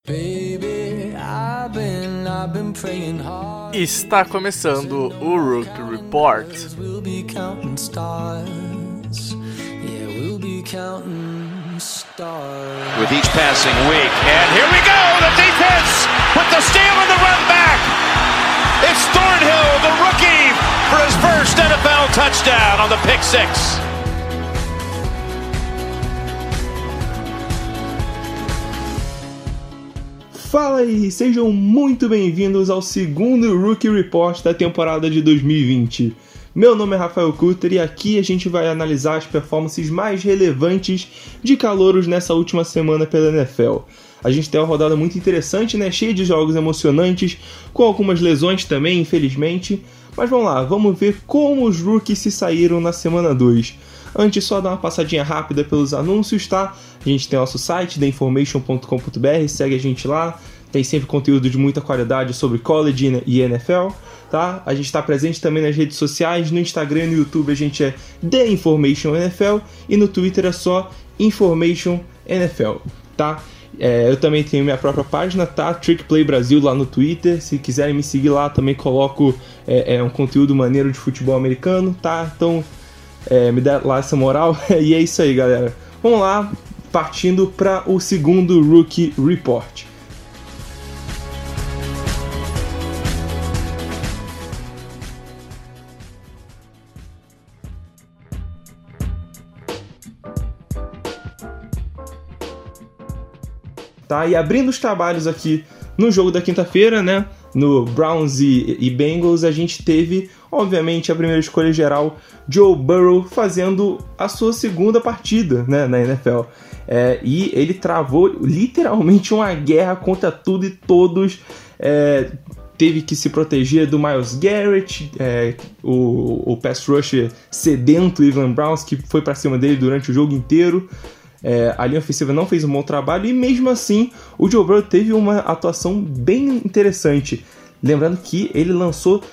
Está começando o Rookie Report. With each passing week, and here we go, the defense with the steal and the run back. It's Thornhill, the rookie, for his first NFL touchdown on the pick six. Fala aí, sejam muito bem-vindos ao segundo Rookie Report da temporada de 2020. Meu nome é Rafael Kutter e aqui a gente vai analisar as performances mais relevantes de calouros nessa última semana pela NFL. A gente tem uma rodada muito interessante, né? Cheia de jogos emocionantes, com algumas lesões também, infelizmente. Mas vamos lá, vamos ver como os rookies se saíram na semana 2. Antes, só dar uma passadinha rápida pelos anúncios, tá? A gente tem nosso site, theinformation.com.br, segue a gente lá. Tem sempre conteúdo de muita qualidade sobre college e NFL, tá? A gente está presente também nas redes sociais, no Instagram e no YouTube a gente é The Information NFL e no Twitter é só Information NFL, tá? Eu também tenho minha própria página, tá? Trick Play Brasil lá no Twitter. Se quiserem me seguir lá, também coloco um conteúdo maneiro de futebol americano, tá? Então, me dá lá essa moral. E é isso aí, galera. Vamos lá, partindo para o segundo Rookie Report. Tá? E abrindo os trabalhos aqui no jogo da quinta-feira, né? No Browns e Bengals, a gente teve, obviamente, a primeira escolha geral, Joe Burrow, fazendo a sua segunda partida, né, na NFL. E ele travou literalmente uma guerra contra tudo e todos. Teve que se proteger do Myles Garrett, o pass rusher sedento Cleveland Browns, que foi para cima dele durante o jogo inteiro. A linha ofensiva não fez um bom trabalho e mesmo assim o Joe Burrow teve uma atuação bem interessante. Lembrando que ele lançou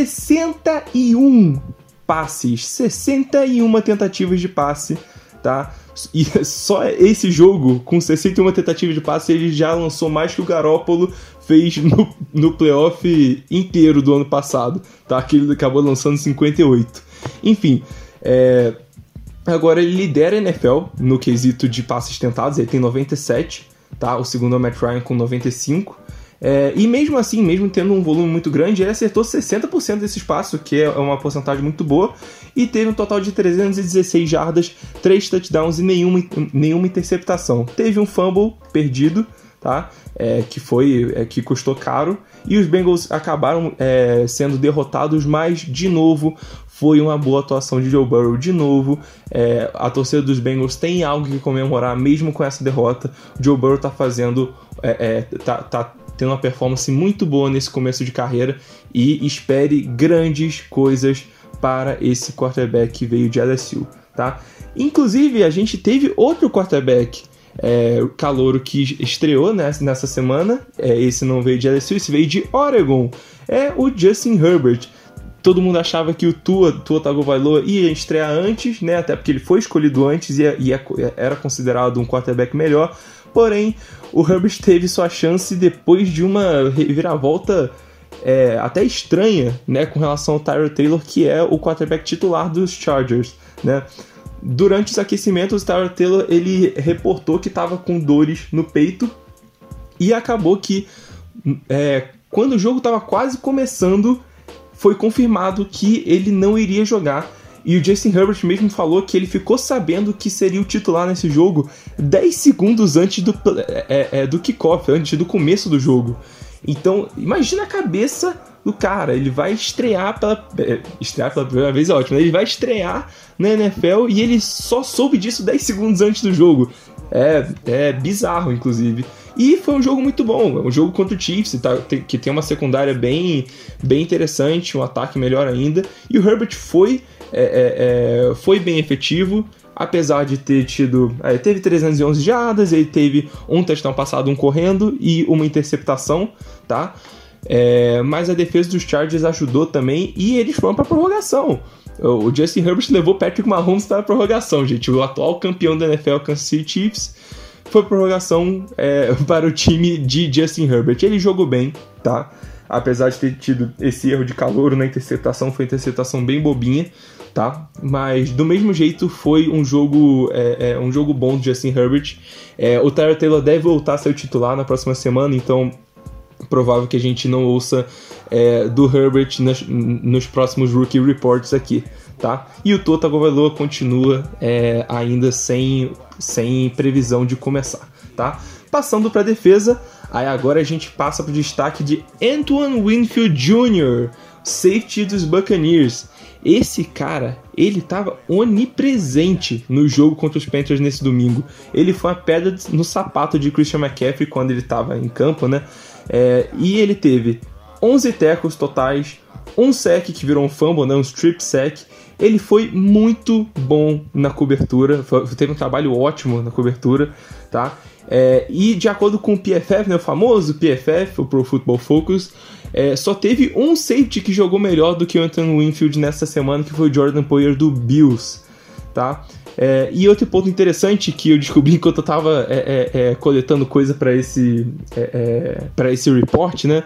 61 passes, 61 tentativas de passe, tá? E só esse jogo, com 61 tentativas de passe, ele já lançou mais que o Garoppolo fez no playoff inteiro do ano passado, tá? Que ele acabou lançando 58. Enfim, agora ele lidera a NFL no quesito de passes tentados, ele tem 97, tá? O segundo é o Matt Ryan com 95. E mesmo assim, mesmo tendo um volume muito grande, ele acertou 60% desses passes, o que é uma porcentagem muito boa, e teve um total de 316 jardas, 3 touchdowns e nenhuma interceptação. Teve um fumble perdido, tá? Que custou caro, e os Bengals acabaram sendo derrotados, mas de novo foi uma boa atuação de Joe Burrow. De novo, a torcida dos Bengals tem algo que comemorar mesmo com essa derrota. O Joe Burrow tá fazendo tá tendo uma performance muito boa nesse começo de carreira, e espere grandes coisas para esse quarterback que veio de LSU, tá? Inclusive, a gente teve outro quarterback calouro que estreou nessa semana. Esse não veio de LSU, esse veio de Oregon. É o Justin Herbert. Todo mundo achava que o Tua Tagovailoa ia estrear antes, né? Até porque ele foi escolhido antes e era considerado um quarterback melhor. Porém, o Herbert teve sua chance depois de uma reviravolta até estranha, né? Com relação ao Tyrod Taylor, que é o quarterback titular dos Chargers, né? Durante os aquecimentos, o Tyrod Taylor ele reportou que estava com dores no peito, e acabou que quando o jogo estava quase começando, foi confirmado que ele não iria jogar. E o Justin Herbert mesmo falou que ele ficou sabendo que seria o titular nesse jogo 10 segundos antes do kickoff, antes do começo do jogo. Então, imagina a cabeça do cara. Ele vai estrear pela primeira vez, é ótimo. Ele vai estrear na NFL e ele só soube disso 10 segundos antes do jogo. É bizarro, inclusive. E foi um jogo muito bom, um jogo contra o Chiefs, que tem uma secundária bem interessante, um ataque melhor ainda. E o Herbert foi bem efetivo, apesar de ter tido... teve 311 jardas, ele teve um touchdown passado, um correndo e uma interceptação, tá? Mas a defesa dos Chargers ajudou também e eles foram para a prorrogação. O Justin Herbert levou Patrick Mahomes para a prorrogação, gente. O atual campeão da NFL, Kansas City Chiefs, foi prorrogação para o time de Justin Herbert. Ele jogou bem, tá? Apesar de ter tido esse erro de calouro na interceptação, foi uma interceptação bem bobinha, tá? Mas do mesmo jeito foi um jogo bom do Justin Herbert. O Tyrod Taylor deve voltar a ser o titular na próxima semana, então provável que a gente não ouça do Herbert nos próximos Rookie Reports aqui, tá? E o Tua Tagovailoa continua ainda sem previsão de começar, tá? Passando para a defesa, aí agora a gente passa para o destaque de Antoine Winfield Jr., safety dos Buccaneers. Esse cara, ele estava onipresente no jogo contra os Panthers nesse domingo. Ele foi uma pedra no sapato de Christian McCaffrey quando ele estava em campo, né? E ele teve 11 tackles totais, um sack que virou um fumble, né? Um strip sack. Ele foi muito bom na cobertura, teve um trabalho ótimo na cobertura, tá? E de acordo com o PFF, né, o famoso PFF, o Pro Football Focus, só teve um safety que jogou melhor do que o Antoine Winfield nessa semana, que foi o Jordan Poyer do Bills, tá? E outro ponto interessante que eu descobri enquanto eu tava coletando coisa para esse report, né?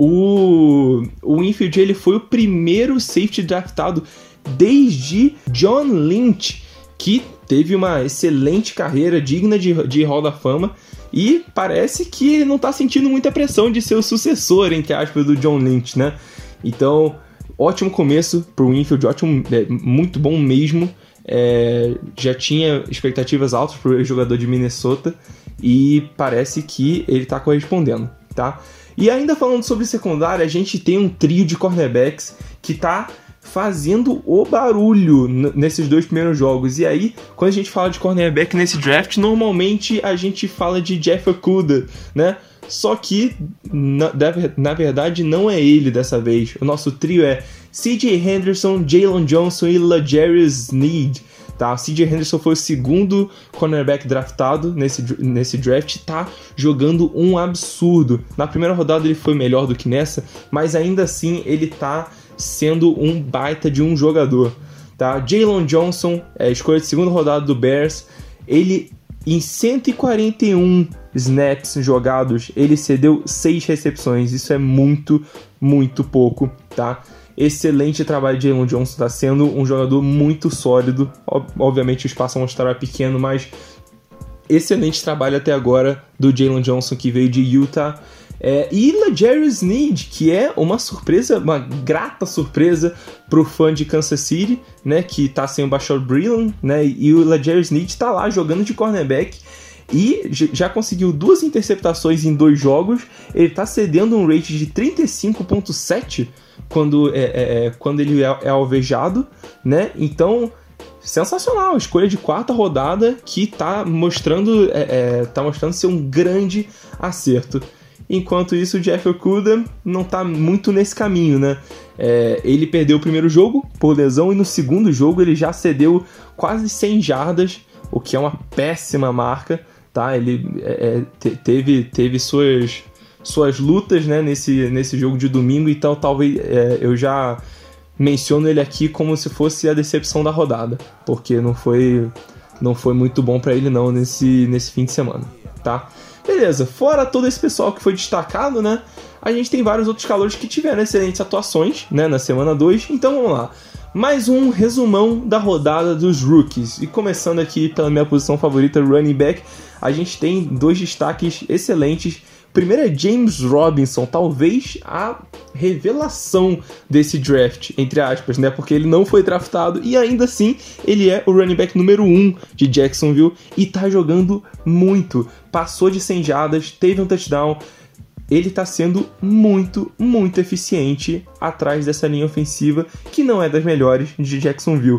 O Winfield, ele foi o primeiro safety draftado desde John Lynch, que teve uma excelente carreira digna de Hall da Fama, e parece que ele não tá sentindo muita pressão de ser o sucessor, entre aspas, do John Lynch, né? Então, ótimo começo pro Winfield, ótimo, muito bom mesmo. Já tinha expectativas altas pro jogador de Minnesota e parece que ele tá correspondendo, tá? E ainda falando sobre secundária, a gente tem um trio de cornerbacks que tá fazendo o barulho nesses dois primeiros jogos. E aí, quando a gente fala de cornerback nesse draft, normalmente a gente fala de Jeff Okudah, né? Só que, na verdade, não é ele dessa vez. O nosso trio é C.J. Henderson, Jalen Johnson e L'Jarius Sneed. Tá? C.J. Henderson foi o segundo cornerback draftado nesse draft, tá jogando um absurdo. Na primeira rodada ele foi melhor do que nessa, mas ainda assim ele tá sendo um baita de um jogador. Tá? Jalen Johnson, escolha de segunda rodada do Bears, ele em 141 snaps jogados, ele cedeu 6 recepções. Isso é muito, muito pouco, tá? Excelente trabalho de Jalen Johnson, está sendo um jogador muito sólido. Obviamente o espaço amostral é pequeno, mas excelente trabalho até agora do Jalen Johnson, que veio de Utah. E L'Jarius Sneed, que é uma surpresa, uma grata surpresa pro fã de Kansas City, né, que tá sem o Bashar Breeland, né, e o L'Jarius Sneed tá lá jogando de cornerback e já conseguiu 2 interceptações em 2 jogos. Ele tá cedendo um rate de 35.7 quando ele é alvejado, né, então sensacional, escolha de 4ª rodada que tá mostrando ser um grande acerto. Enquanto isso, o Jeff Okudah não tá muito nesse caminho, né? Ele perdeu o primeiro jogo por lesão e no segundo jogo ele já cedeu quase 100 jardas, o que é uma péssima marca, tá? Ele teve suas lutas, né, nesse jogo de domingo, então talvez eu já menciono ele aqui como se fosse a decepção da rodada, porque não foi muito bom para ele não nesse fim de semana, tá? Beleza, fora todo esse pessoal que foi destacado, né, a gente tem vários outros calouros que tiveram excelentes atuações, né, na semana 2, então vamos lá. Mais um resumão da rodada dos rookies, e começando aqui pela minha posição favorita, running back, a gente tem 2 destaques excelentes. Primeiro é James Robinson, talvez a revelação desse draft, entre aspas, né? Porque ele não foi draftado e ainda assim ele é o running back número 1 de Jacksonville e tá jogando muito. Passou de 100 jardas, teve um touchdown. Ele tá sendo muito, muito eficiente atrás dessa linha ofensiva que não é das melhores de Jacksonville.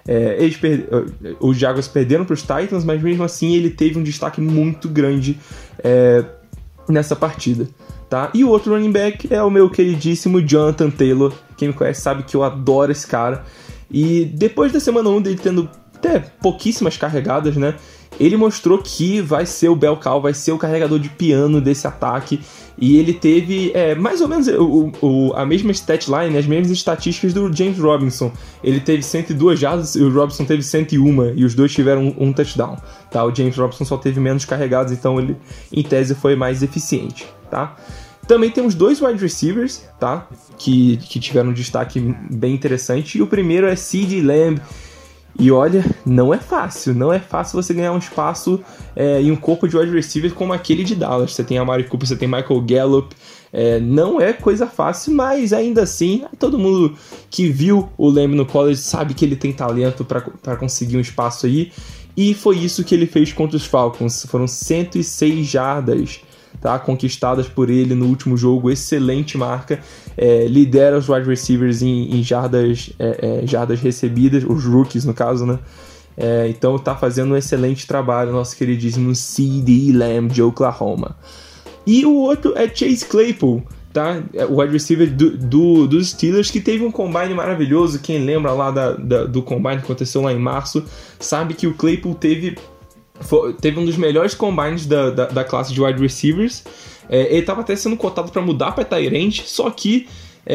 Os Jaguars perderam para os Titans, mas mesmo assim ele teve um destaque muito grande nessa partida, tá? E o outro running back é o meu queridíssimo Jonathan Taylor. Quem me conhece sabe que eu adoro esse cara. E depois da semana 1 dele tendo até pouquíssimas carregadas, né? ele mostrou que vai ser o bell cow, vai ser o carregador de piano desse ataque. E ele teve mais ou menos a mesma statline, as mesmas estatísticas do James Robinson. Ele teve 102 jardas e o Robinson teve 101, e os dois tiveram um touchdown. Tá? O James Robinson só teve menos carregados, então ele, em tese, foi mais eficiente. Tá? Também temos 2 wide receivers, tá? que tiveram um destaque bem interessante. E o primeiro é CeeDee Lamb. E olha, não é fácil você ganhar um espaço em um corpo de wide receiver como aquele de Dallas. Você tem Amari Cooper, você tem Michael Gallup, não é coisa fácil, mas ainda assim, todo mundo que viu o Lamb no college sabe que ele tem talento para conseguir um espaço aí, e foi isso que ele fez contra os Falcons. Foram 106 jardas, tá, conquistadas por ele no último jogo, excelente marca, lidera os wide receivers em jardas recebidas, os rookies no caso, né? Então tá fazendo um excelente trabalho nosso queridíssimo CeeDee Lamb de Oklahoma. E o outro é Chase Claypool, tá? O wide receiver dos Steelers, que teve um combine maravilhoso. Quem lembra lá do combine que aconteceu lá em março, sabe que o Claypool teve um dos melhores combines da classe de wide receivers. Ele estava até sendo cotado para mudar para tight end, só que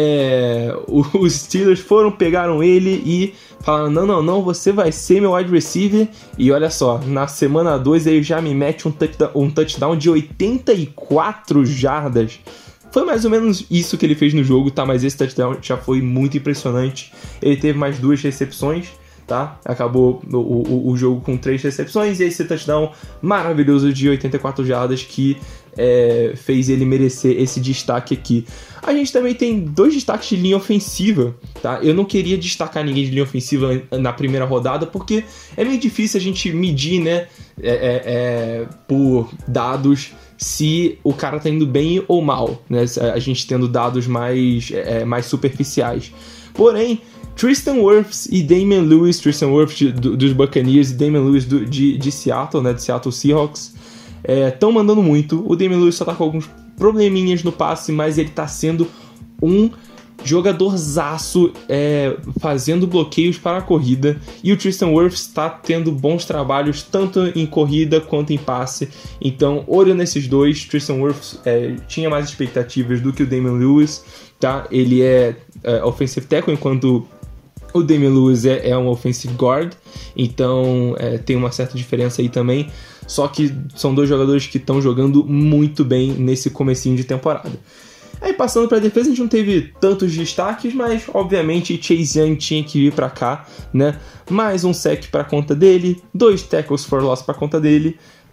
os Steelers pegaram ele e falaram: não, você vai ser meu wide receiver. E olha só, na semana 2 ele já me mete um touchdown de 84 jardas. Foi mais ou menos isso que ele fez no jogo, tá? Mas esse touchdown já foi muito impressionante. Ele teve mais 2 recepções, tá? Acabou o jogo com 3 recepções e esse touchdown maravilhoso de 84 jardas que fez ele merecer esse destaque aqui. A gente também tem 2 destaques de linha ofensiva, tá? Eu não queria destacar ninguém de linha ofensiva na primeira rodada, porque é meio difícil a gente medir, né, por dados, se o cara tá indo bem ou mal, né? A gente tendo dados mais superficiais. Porém, Tristan Wirfs e Damian Lewis, Tristan Wirfs dos Buccaneers e Damian Lewis de Seattle, né, de Seattle Seahawks, estão mandando muito. O Damian Lewis só tá com alguns probleminhas no passe, mas ele tá sendo um jogadorzaço, fazendo bloqueios para a corrida. E o Tristan Wirfs está tendo bons trabalhos tanto em corrida quanto em passe. Então, olho nesses dois. Tristan Wirfs tinha mais expectativas do que o Damian Lewis, tá? Ele é offensive tackle, enquanto o Damian Lewis é um offensive guard. Então, tem uma certa diferença aí também. Só que são 2 jogadores que estão jogando muito bem nesse comecinho de temporada. Aí passando para a defesa, a gente não teve tantos destaques, mas obviamente Chase Young tinha que vir para cá, né? Mais um sack para conta dele, 2 tackles for loss para conta dele.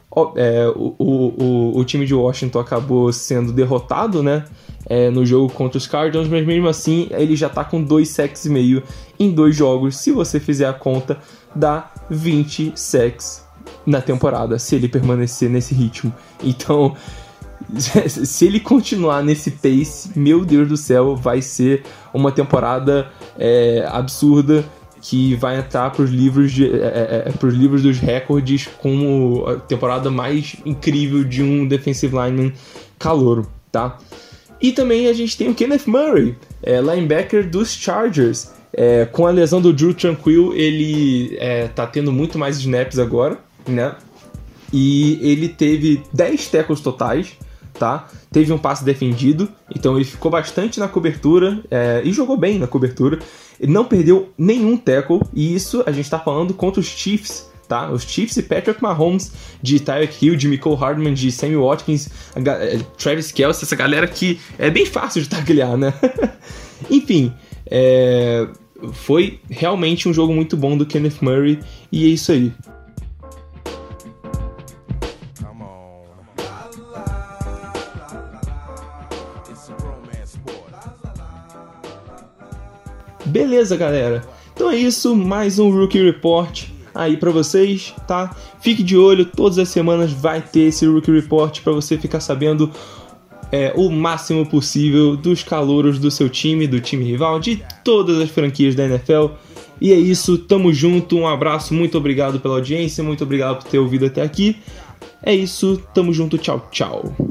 O time de Washington acabou sendo derrotado, né? No jogo contra os Cardinals, mas mesmo assim ele já tá com 2 sacks e meio em 2 jogos. Se você fizer a conta, dá 20 sacks na temporada, se ele permanecer nesse ritmo. Então, se ele continuar nesse pace, meu Deus do céu, vai ser uma temporada absurda, que vai entrar para os livros dos recordes como a temporada mais incrível de um defensive lineman calouro, tá? E também a gente tem o Kenneth Murray, linebacker dos Chargers. Com a lesão do Drew Tranquill, ele tá tendo muito mais snaps agora, né? E ele teve 10 tackles totais, tá? Teve um passe defendido, então ele ficou bastante na cobertura e jogou bem na cobertura. Ele não perdeu nenhum tackle, e isso a gente tá falando contra os Chiefs, tá? Os Chiefs e Patrick Mahomes, de Tyreek Hill, de Mecole Hardman, de Sammy Watkins, Travis Kelce, essa galera que é bem fácil de taclear, né? Enfim, foi realmente um jogo muito bom do Kenneth Murray, e é isso aí. Beleza, galera? Então é isso, mais um Rookie Report aí pra vocês, tá? Fique de olho, todas as semanas vai ter esse Rookie Report pra você ficar sabendo o máximo possível dos calouros do seu time, do time rival, de todas as franquias da NFL. E é isso, tamo junto, um abraço, muito obrigado pela audiência, muito obrigado por ter ouvido até aqui. É isso, tamo junto, tchau, tchau.